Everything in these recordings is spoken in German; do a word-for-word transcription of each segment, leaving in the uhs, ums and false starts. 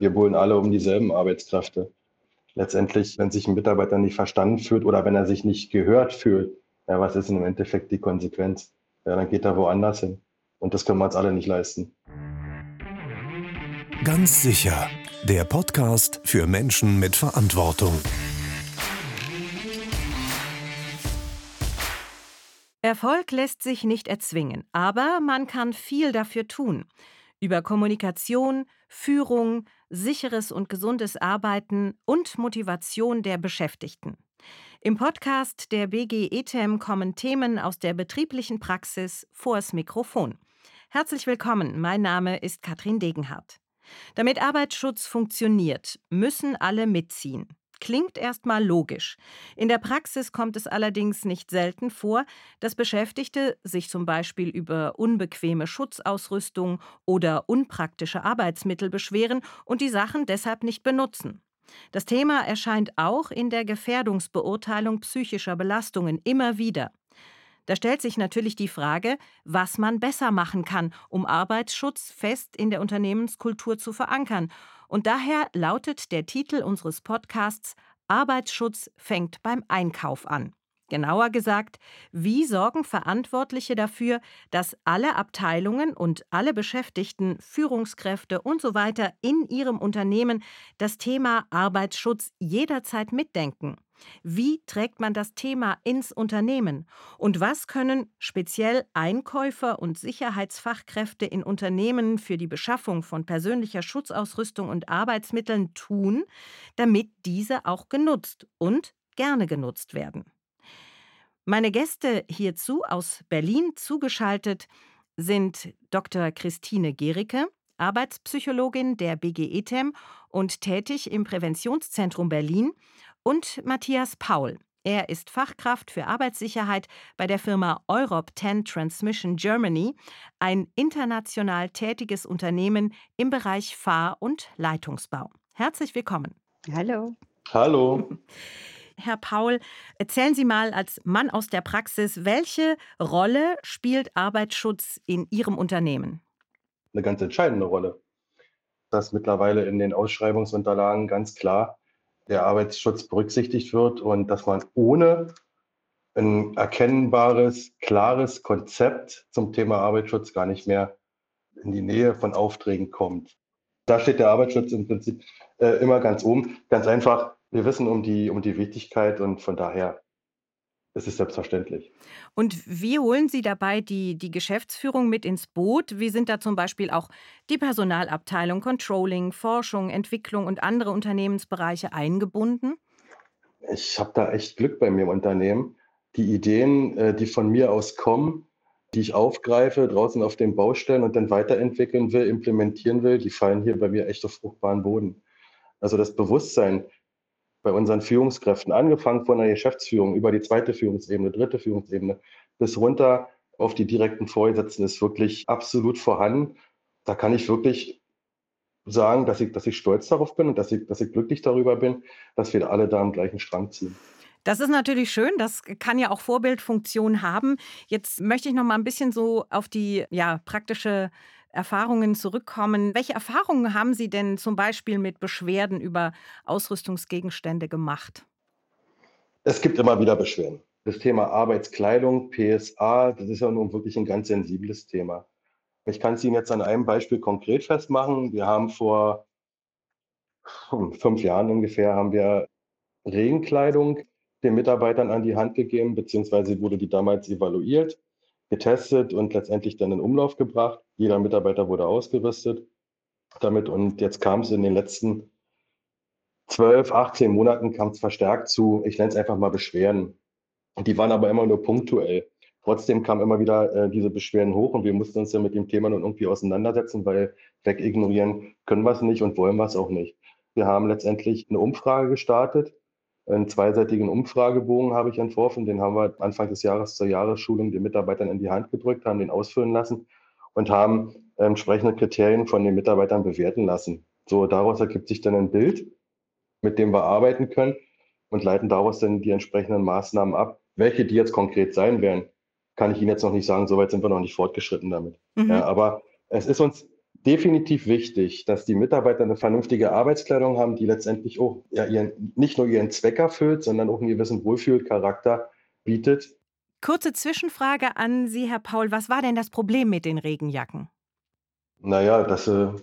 Wir buhlen alle um dieselben Arbeitskräfte. Letztendlich, wenn sich ein Mitarbeiter nicht verstanden fühlt oder wenn er sich nicht gehört fühlt, ja, was ist denn im Endeffekt die Konsequenz? Ja, dann geht er woanders hin. Und das können wir uns alle nicht leisten. Ganz sicher. Der Podcast für Menschen mit Verantwortung. Erfolg lässt sich nicht erzwingen, aber man kann viel dafür tun. Über Kommunikation, Führung, sicheres und gesundes Arbeiten und Motivation der Beschäftigten. Im Podcast der B G E T E M kommen Themen aus der betrieblichen Praxis vors Mikrofon. Herzlich willkommen, mein Name ist Katrin Degenhardt. Damit Arbeitsschutz funktioniert, müssen alle mitziehen. Klingt erstmal logisch. In der Praxis kommt es allerdings nicht selten vor, dass Beschäftigte sich zum Beispiel über unbequeme Schutzausrüstung oder unpraktische Arbeitsmittel beschweren und die Sachen deshalb nicht benutzen. Das Thema erscheint auch in der Gefährdungsbeurteilung psychischer Belastungen immer wieder. Da stellt sich natürlich die Frage, was man besser machen kann, um Arbeitsschutz fest in der Unternehmenskultur zu verankern. Und daher lautet der Titel unseres Podcasts Arbeitsschutz fängt beim Einkauf an. Genauer gesagt, wie sorgen Verantwortliche dafür, dass alle Abteilungen und alle Beschäftigten, Führungskräfte und so weiter in ihrem Unternehmen das Thema Arbeitsschutz jederzeit mitdenken? Wie trägt man das Thema ins Unternehmen? Und was können speziell Einkäufer und Sicherheitsfachkräfte in Unternehmen für die Beschaffung von persönlicher Schutzausrüstung und Arbeitsmitteln tun, damit diese auch genutzt und gerne genutzt werden? Meine Gäste hierzu aus Berlin zugeschaltet sind Doktor Christine Gericke, Arbeitspsychologin der B G E T E M und tätig im Präventionszentrum Berlin, und Matthias Paul. Er ist Fachkraft für Arbeitssicherheit bei der Firma Europe zehn Transmission Germany, ein international tätiges Unternehmen im Bereich Fahr- und Leitungsbau. Herzlich willkommen. Hallo. Hallo. Herr Paul, erzählen Sie mal als Mann aus der Praxis, welche Rolle spielt Arbeitsschutz in Ihrem Unternehmen? Eine ganz entscheidende Rolle. Dass mittlerweile in den Ausschreibungsunterlagen ganz klar der Arbeitsschutz berücksichtigt wird und dass man ohne ein erkennbares, klares Konzept zum Thema Arbeitsschutz gar nicht mehr in die Nähe von Aufträgen kommt. Da steht der Arbeitsschutz im Prinzip äh, immer ganz oben. Ganz einfach, wir wissen um die, um die Wichtigkeit und von daher ist es selbstverständlich. Und wie holen Sie dabei die, die Geschäftsführung mit ins Boot? Wie sind da zum Beispiel auch die Personalabteilung, Controlling, Forschung, Entwicklung und andere Unternehmensbereiche eingebunden? Ich habe da echt Glück bei mir im Unternehmen. Die Ideen, äh, die von mir aus kommen, die ich aufgreife, draußen auf den Baustellen und dann weiterentwickeln will, implementieren will, die fallen hier bei mir echt auf fruchtbaren Boden. Also das Bewusstsein bei unseren Führungskräften, angefangen von der Geschäftsführung über die zweite Führungsebene, dritte Führungsebene, bis runter auf die direkten Vorgesetzten, ist wirklich absolut vorhanden. Da kann ich wirklich sagen, dass ich, dass ich stolz darauf bin und dass ich, dass ich glücklich darüber bin, dass wir alle da am gleichen Strang ziehen. Das ist natürlich schön, das kann ja auch Vorbildfunktion haben. Jetzt möchte ich noch mal ein bisschen so auf die ja, praktische Erfahrungen zurückkommen. Welche Erfahrungen haben Sie denn zum Beispiel mit Beschwerden über Ausrüstungsgegenstände gemacht? Es gibt immer wieder Beschwerden. Das Thema Arbeitskleidung, P S A, das ist ja nun wirklich ein ganz sensibles Thema. Ich kann es Ihnen jetzt an einem Beispiel konkret festmachen. Wir haben vor hm, fünf Jahren ungefähr haben wir Regenkleidung den Mitarbeitern an die Hand gegeben, beziehungsweise wurde die damals evaluiert, getestet und letztendlich dann in Umlauf gebracht. Jeder Mitarbeiter wurde ausgerüstet damit und jetzt kam es in den letzten zwölf, achtzehn Monaten kam es verstärkt zu, ich nenne es einfach mal Beschwerden. Und die waren aber immer nur punktuell. Trotzdem kamen immer wieder äh, diese Beschwerden hoch und wir mussten uns dann mit dem Thema nun irgendwie auseinandersetzen, weil wegignorieren können wir es nicht und wollen wir es auch nicht. Wir haben letztendlich eine Umfrage gestartet. Einen zweiseitigen Umfragebogen habe ich entworfen. Den haben wir Anfang des Jahres zur Jahresschulung den Mitarbeitern in die Hand gedrückt, haben den ausfüllen lassen und haben äh, entsprechende Kriterien von den Mitarbeitern bewerten lassen. So, daraus ergibt sich dann ein Bild, mit dem wir arbeiten können und leiten daraus dann die entsprechenden Maßnahmen ab. Welche die jetzt konkret sein werden, kann ich Ihnen jetzt noch nicht sagen. Soweit sind wir noch nicht fortgeschritten damit. Mhm. Ja, aber es ist uns definitiv wichtig, dass die Mitarbeiter eine vernünftige Arbeitskleidung haben, die letztendlich auch ja, ihren, nicht nur ihren Zweck erfüllt, sondern auch einen gewissen Wohlfühlcharakter bietet. Kurze Zwischenfrage an Sie, Herr Paul. Was war denn das Problem mit den Regenjacken? Naja, dass sie,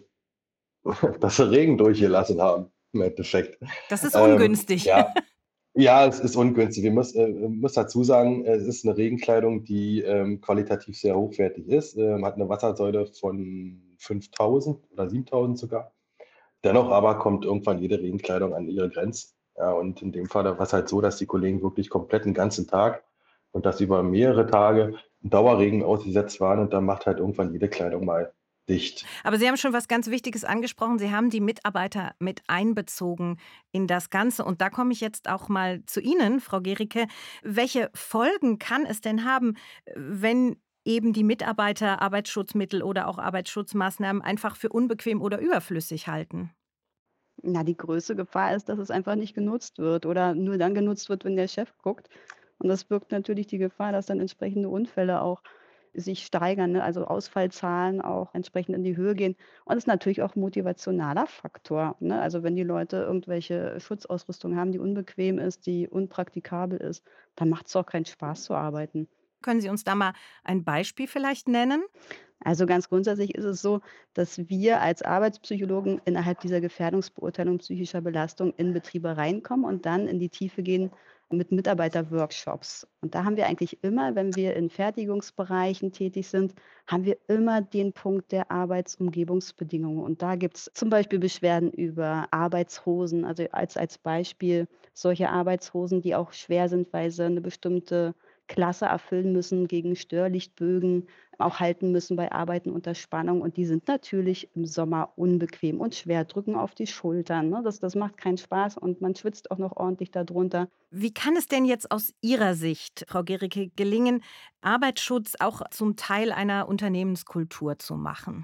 dass sie Regen durchgelassen haben, im Endeffekt. Das ist Ähm, ungünstig. ja, ja, es ist ungünstig. Wir muss, äh, muss dazu sagen, es ist eine Regenkleidung, die ähm, qualitativ sehr hochwertig ist, ähm, hat eine Wassersäule von fünftausend oder siebentausend sogar. Dennoch aber kommt irgendwann jede Regenkleidung an ihre Grenzen. Ja, und in dem Fall war es halt so, dass die Kollegen wirklich komplett den ganzen Tag und das über mehrere Tage Dauerregen ausgesetzt waren und dann macht halt irgendwann jede Kleidung mal dicht. Aber Sie haben schon was ganz Wichtiges angesprochen. Sie haben die Mitarbeiter mit einbezogen in das Ganze. Und da komme ich jetzt auch mal zu Ihnen, Frau Gericke. Welche Folgen kann es denn haben, wenn eben die Mitarbeiter Arbeitsschutzmittel oder auch Arbeitsschutzmaßnahmen einfach für unbequem oder überflüssig halten? Na, die größte Gefahr ist, dass es einfach nicht genutzt wird oder nur dann genutzt wird, wenn der Chef guckt. Und das birgt natürlich die Gefahr, dass dann entsprechende Unfälle auch sich steigern, ne? Also Ausfallzahlen auch entsprechend in die Höhe gehen. Und es ist natürlich auch 'n motivationaler Faktor, ne? Also wenn die Leute irgendwelche Schutzausrüstung haben, die unbequem ist, die unpraktikabel ist, dann macht es auch keinen Spaß zu arbeiten. Können Sie uns da mal ein Beispiel vielleicht nennen? Also ganz grundsätzlich ist es so, dass wir als Arbeitspsychologen innerhalb dieser Gefährdungsbeurteilung psychischer Belastung in Betriebe reinkommen und dann in die Tiefe gehen mit Mitarbeiterworkshops. Und da haben wir eigentlich immer, wenn wir in Fertigungsbereichen tätig sind, haben wir immer den Punkt der Arbeitsumgebungsbedingungen. Und da gibt es zum Beispiel Beschwerden über Arbeitshosen, also als, als Beispiel solche Arbeitshosen, die auch schwer sind, weil sie eine bestimmte Klasse erfüllen müssen gegen Störlichtbögen, auch halten müssen bei Arbeiten unter Spannung. Und die sind natürlich im Sommer unbequem und schwer, drücken auf die Schultern. Ne? Das, das macht keinen Spaß und man schwitzt auch noch ordentlich darunter. Wie kann es denn jetzt aus Ihrer Sicht, Frau Gericke, gelingen, Arbeitsschutz auch zum Teil einer Unternehmenskultur zu machen?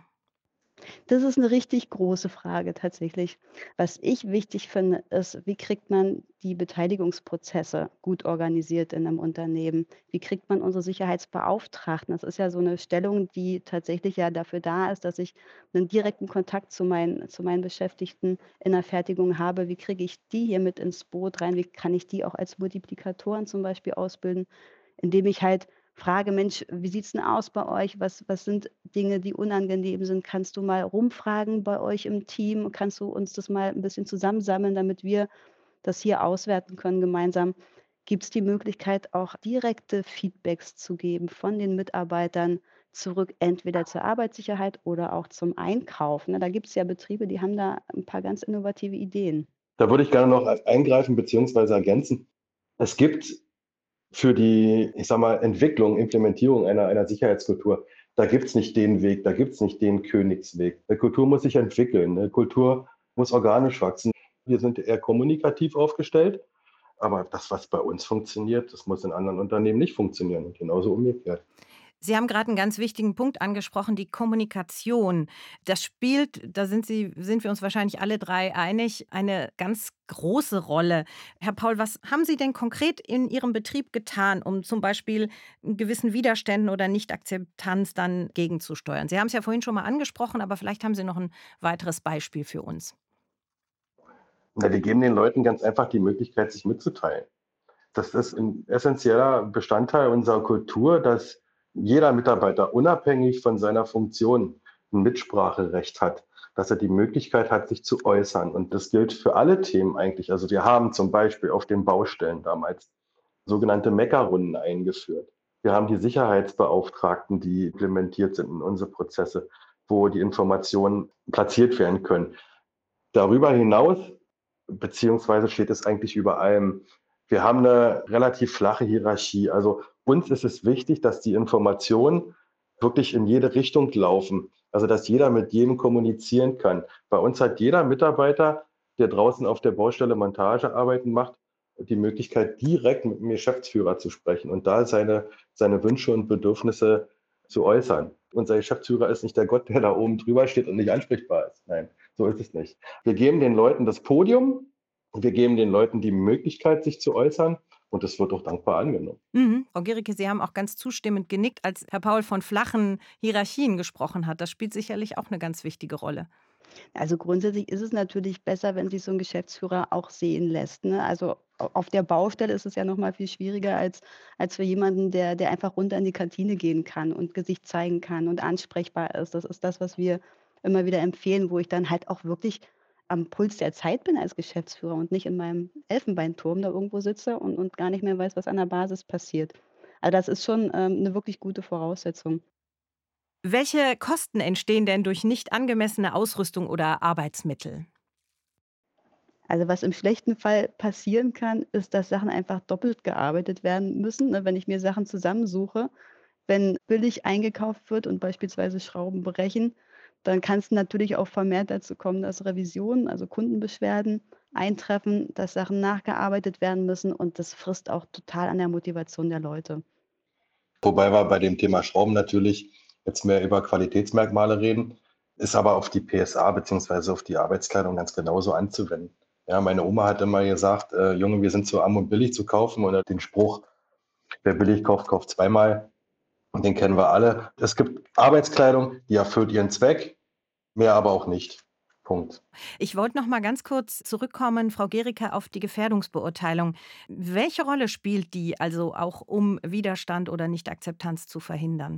Das ist eine richtig große Frage tatsächlich. Was ich wichtig finde, ist, wie kriegt man die Beteiligungsprozesse gut organisiert in einem Unternehmen? Wie kriegt man unsere Sicherheitsbeauftragten? Das ist ja so eine Stellung, die tatsächlich ja dafür da ist, dass ich einen direkten Kontakt zu meinen zu meinen Beschäftigten in der Fertigung habe. Wie kriege ich die hier mit ins Boot rein? Wie kann ich die auch als Multiplikatoren zum Beispiel ausbilden? Indem ich halt frage: „Mensch, wie sieht's 'n aus bei euch? Was was sind Dinge, die unangenehm sind? Kannst du mal rumfragen bei euch im Team? Kannst du uns das mal ein bisschen zusammensammeln, damit wir das hier auswerten können gemeinsam?“ Gibt es die Möglichkeit, auch direkte Feedbacks zu geben von den Mitarbeitern zurück, entweder zur Arbeitssicherheit oder auch zum Einkauf, ne? Da gibt es ja Betriebe, die haben da ein paar ganz innovative Ideen. Da würde ich gerne noch eingreifen bzw. ergänzen. Es gibt für die, ich sage mal, Entwicklung, Implementierung einer, einer Sicherheitskultur, da gibt es nicht den Weg, da gibt es nicht den Königsweg. Eine Kultur muss sich entwickeln, eine Kultur muss organisch wachsen. Wir sind eher kommunikativ aufgestellt, aber das, was bei uns funktioniert, das muss in anderen Unternehmen nicht funktionieren und genauso umgekehrt. Sie haben gerade einen ganz wichtigen Punkt angesprochen, die Kommunikation. Das spielt, da sind Sie sind wir uns wahrscheinlich alle drei einig, eine ganz große Rolle. Herr Paul, was haben Sie denn konkret in Ihrem Betrieb getan, um zum Beispiel gewissen Widerständen oder Nichtakzeptanz dann gegenzusteuern? Sie haben es ja vorhin schon mal angesprochen, aber vielleicht haben Sie noch ein weiteres Beispiel für uns. Na, wir geben den Leuten ganz einfach die Möglichkeit, sich mitzuteilen. Das ist ein essentieller Bestandteil unserer Kultur, dass jeder Mitarbeiter unabhängig von seiner Funktion ein Mitspracherecht hat, dass er die Möglichkeit hat, sich zu äußern. Und das gilt für alle Themen eigentlich. Also wir haben zum Beispiel auf den Baustellen damals sogenannte Meckerrunden eingeführt. Wir haben die Sicherheitsbeauftragten, die implementiert sind in unsere Prozesse, wo die Informationen platziert werden können. Darüber hinaus, beziehungsweise steht es eigentlich über allem, wir haben eine relativ flache Hierarchie. Also uns ist es wichtig, dass die Informationen wirklich in jede Richtung laufen. Also dass jeder mit jedem kommunizieren kann. Bei uns hat jeder Mitarbeiter, der draußen auf der Baustelle Montagearbeiten macht, die Möglichkeit, direkt mit dem Geschäftsführer zu sprechen und da seine, seine Wünsche und Bedürfnisse zu äußern. Unser Geschäftsführer ist nicht der Gott, der da oben drüber steht und nicht ansprechbar ist. Nein, so ist es nicht. Wir geben den Leuten das Podium, wir geben den Leuten die Möglichkeit, sich zu äußern und es wird auch dankbar angenommen. Mhm. Frau Gericke, Sie haben auch ganz zustimmend genickt, als Herr Paul von flachen Hierarchien gesprochen hat. Das spielt sicherlich auch eine ganz wichtige Rolle. Also grundsätzlich ist es natürlich besser, wenn sich so ein Geschäftsführer auch sehen lässt, ne? Also au auf der Baustelle ist es ja noch mal viel schwieriger als als für jemanden, der der einfach runter in die Kantine gehen kann und Gesicht zeigen kann und ansprechbar ist. Das ist das, was wir immer wieder empfehlen, wo ich dann halt auch wirklich am Puls der Zeit bin als Geschäftsführer und nicht in meinem Elfenbeinturm da irgendwo sitze und und gar nicht mehr weiß, was an der Basis passiert. Also, das ist schon, ähm, 'ne wirklich gute Voraussetzung. Welche Kosten entstehen denn durch nicht angemessene Ausrüstung oder Arbeitsmittel? Also, was im schlechten Fall passieren kann, ist, dass Sachen einfach doppelt gearbeitet werden müssen, ne, wenn ich mir Sachen zusammensuche. Wenn billig eingekauft wird und beispielsweise Schrauben brechen, dann kann es natürlich auch vermehrt dazu kommen, dass Revisionen, also Kundenbeschwerden eintreffen, dass Sachen nachgearbeitet werden müssen und das frisst auch total an der Motivation der Leute. Wobei wir bei dem Thema Schrauben natürlich jetzt mehr über Qualitätsmerkmale reden, ist aber auf die P S A beziehungsweise auf die Arbeitskleidung ganz genauso anzuwenden. Ja, meine Oma hat immer gesagt, äh, Junge, wir sind zu arm, um billig zu kaufen, oder den Spruch, wer billig kauft, kauft zweimal. Und den kennen wir alle. Es gibt Arbeitskleidung, die erfüllt ihren Zweck, mehr aber auch nicht. Punkt. Ich wollte noch mal ganz kurz zurückkommen, Frau Gericke, auf die Gefährdungsbeurteilung. Welche Rolle spielt die, also auch um Widerstand oder Nichtakzeptanz zu verhindern?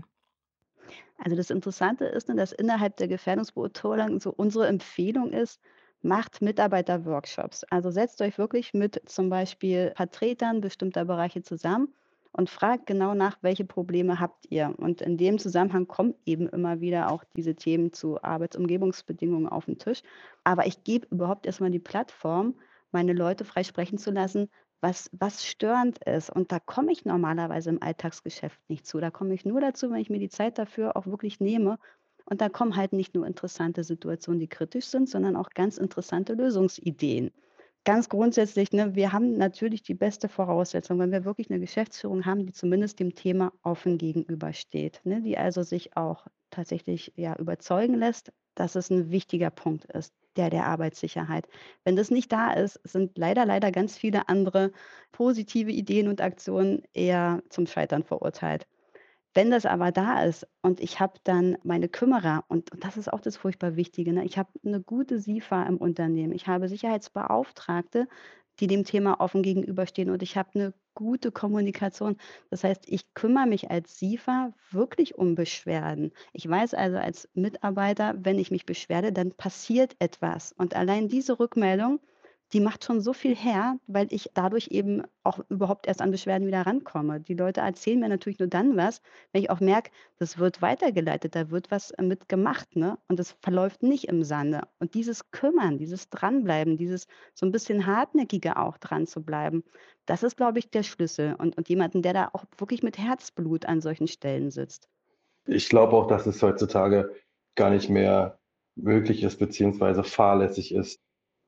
Also das Interessante ist, ne, dass innerhalb der Gefährdungsbeurteilung so unsere Empfehlung ist, macht Mitarbeiterworkshops. Also setzt euch wirklich mit zum Beispiel Vertretern bestimmter Bereiche zusammen und fragt genau nach, welche Probleme habt ihr. Und in dem Zusammenhang kommen eben immer wieder auch diese Themen zu Arbeitsumgebungsbedingungen auf den Tisch. Aber ich gebe überhaupt erstmal die Plattform, meine Leute frei sprechen zu lassen, was was störend ist. Und da komme ich normalerweise im Alltagsgeschäft nicht zu. Da komme ich nur dazu, wenn ich mir die Zeit dafür auch wirklich nehme. Und da kommen halt nicht nur interessante Situationen, die kritisch sind, sondern auch ganz interessante Lösungsideen. Ganz grundsätzlich, ne, wir haben natürlich die beste Voraussetzung, wenn wir wirklich eine Geschäftsführung haben, die zumindest dem Thema offen gegenübersteht, ne, die also sich auch tatsächlich, ja, überzeugen lässt, dass es ein wichtiger Punkt ist, der der Arbeitssicherheit. Wenn das nicht da ist, sind leider, leider ganz viele andere positive Ideen und Aktionen eher zum Scheitern verurteilt. Wenn das aber da ist und ich habe dann meine Kümmerer und und das ist auch das furchtbar Wichtige, ne? Ich habe eine gute SIFA im Unternehmen. Ich habe Sicherheitsbeauftragte, die dem Thema offen gegenüberstehen und ich habe eine gute Kommunikation. Das heißt, ich kümmere mich als SIFA wirklich um Beschwerden. Ich weiß also als Mitarbeiter, wenn ich mich beschwerde, dann passiert etwas. Und allein diese Rückmeldung, die macht schon so viel her, weil ich dadurch eben auch überhaupt erst an Beschwerden wieder rankomme. Die Leute erzählen mir natürlich nur dann was, wenn ich auch merke, das wird weitergeleitet, da wird was, äh, mit gemacht, ne? Und das verläuft nicht im Sande. Und dieses Kümmern, dieses Dranbleiben, dieses so ein bisschen Hartnäckige auch dran zu bleiben, das ist, glaube ich, der Schlüssel und und jemanden, der da auch wirklich mit Herzblut an solchen Stellen sitzt. Ich glaube auch, dass es heutzutage gar nicht mehr möglich ist beziehungsweise fahrlässig ist,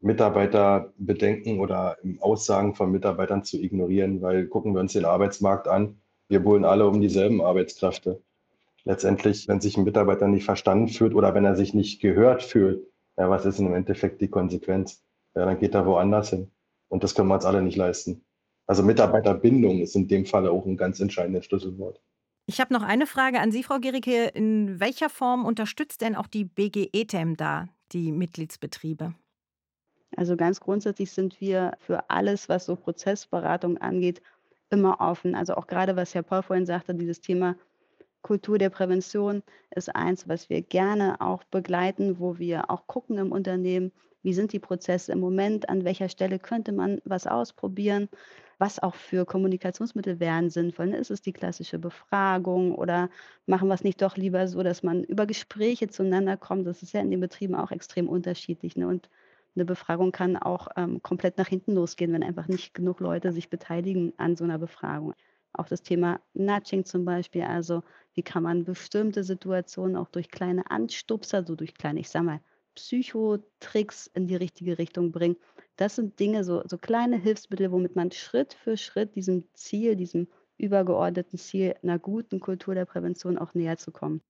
Mitarbeiterbedenken oder Aussagen von Mitarbeitern zu ignorieren, weil gucken wir uns den Arbeitsmarkt an, wir buhlen alle um dieselben Arbeitskräfte. Letztendlich, wenn sich ein Mitarbeiter nicht verstanden fühlt oder wenn er sich nicht gehört fühlt, ja, was ist denn im Endeffekt die Konsequenz? Ja, dann geht er woanders hin. Und das können wir uns alle nicht leisten. Also Mitarbeiterbindung ist in dem Falle auch ein ganz entscheidendes Schlüsselwort. Ich habe noch eine Frage an Sie, Frau Gericke. In welcher Form unterstützt denn auch die B G E T E M da die Mitgliedsbetriebe? Also, ganz grundsätzlich sind wir für alles, was so Prozessberatung angeht, immer offen. Also, auch gerade was Herr Paul vorhin sagte, dieses Thema Kultur der Prävention ist eins, was wir gerne auch begleiten, wo wir auch gucken im Unternehmen, wie sind die Prozesse im Moment, an welcher Stelle könnte man was ausprobieren, was auch für Kommunikationsmittel wären sinnvoll. Ne? Ist es die klassische Befragung oder machen wir es nicht doch lieber so, dass man über Gespräche zueinander kommt? Das ist ja in den Betrieben auch extrem unterschiedlich. Ne? Und eine Befragung kann auch ähm, komplett nach hinten losgehen, wenn einfach nicht genug Leute sich beteiligen an so einer Befragung. Auch das Thema Nudging zum Beispiel, also wie kann man bestimmte Situationen auch durch kleine Anstupser, so durch kleine, ich sage mal, Psychotricks in die richtige Richtung bringen. Das sind Dinge, so, so kleine Hilfsmittel, womit man Schritt für Schritt diesem Ziel, diesem übergeordneten Ziel einer guten Kultur der Prävention auch näher zu kommen.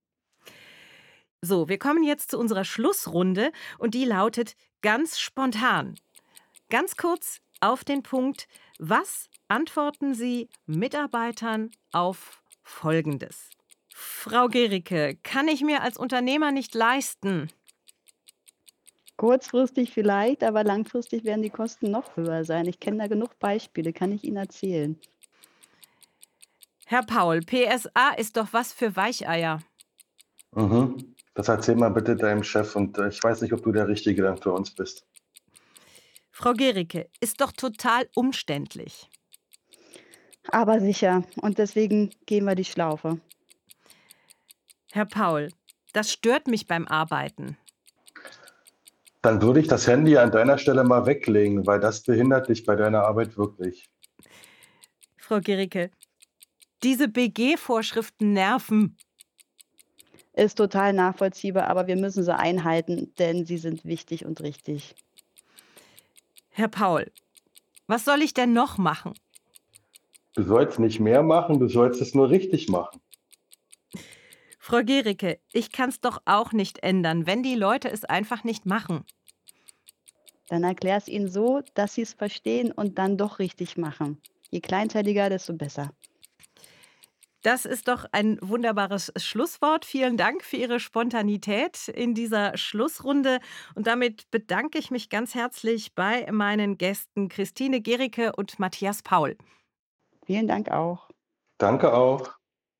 So, wir kommen jetzt zu unserer Schlussrunde und die lautet ganz spontan. Ganz kurz auf den Punkt. Was antworten Sie Mitarbeitern auf Folgendes. Frau Gericke, kann ich mir als Unternehmer nicht leisten. Kurzfristig vielleicht, aber langfristig werden die Kosten noch höher sein. Ich kenne da genug Beispiele, kann ich Ihnen erzählen. Herr Paul, P S A ist doch was für Weicheier. Mhm. Das erzähl mal bitte deinem Chef und äh, ich weiß nicht, ob du der Richtige dann für uns bist. Frau Gericke, ist doch total umständlich. Aber sicher. Und deswegen gehen wir die Schlaufe. Herr Paul, das stört mich beim Arbeiten. Dann würde ich das Handy an deiner Stelle mal weglegen, weil das behindert dich bei deiner Arbeit wirklich. Frau Gericke, diese B G-Vorschriften nerven. Ist total nachvollziehbar, aber wir müssen sie einhalten, denn sie sind wichtig und richtig. Herr Paul, was soll ich denn noch machen? Du sollst nicht mehr machen, du sollst es nur richtig machen. Frau Gericke, ich kann es doch auch nicht ändern, wenn die Leute es einfach nicht machen. Dann erklär es ihnen so, dass sie es verstehen und dann doch richtig machen. Je kleinteiliger, desto besser. Das ist doch ein wunderbares Schlusswort. Vielen Dank für Ihre Spontanität in dieser Schlussrunde. Und damit bedanke ich mich ganz herzlich bei meinen Gästen Christine Gericke und Matthias Paul. Vielen Dank auch. Danke auch.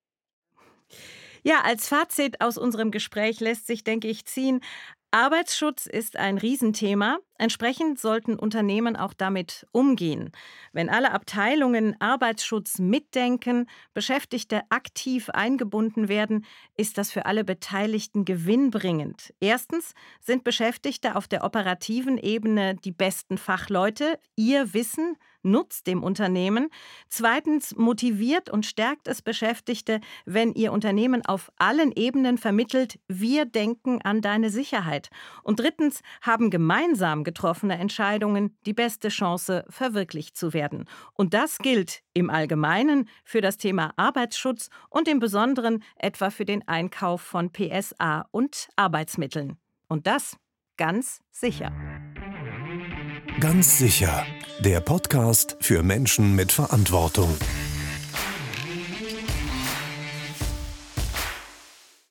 Ja, als Fazit aus unserem Gespräch lässt sich, denke ich, ziehen: Arbeitsschutz ist ein Riesenthema. Entsprechend sollten Unternehmen auch damit umgehen. Wenn alle Abteilungen Arbeitsschutz mitdenken, Beschäftigte aktiv eingebunden werden, ist das für alle Beteiligten gewinnbringend. Erstens sind Beschäftigte auf der operativen Ebene die besten Fachleute. Ihr Wissen nutzt dem Unternehmen. Zweitens motiviert und stärkt es Beschäftigte, wenn ihr Unternehmen auf allen Ebenen vermittelt: Wir denken an deine Sicherheit. Und drittens haben gemeinsam getroffene Entscheidungen die beste Chance, verwirklicht zu werden. Und das gilt im Allgemeinen für das Thema Arbeitsschutz und im Besonderen etwa für den Einkauf von P S A und Arbeitsmitteln. Und das ganz sicher. Ganz sicher. Der Podcast für Menschen mit Verantwortung.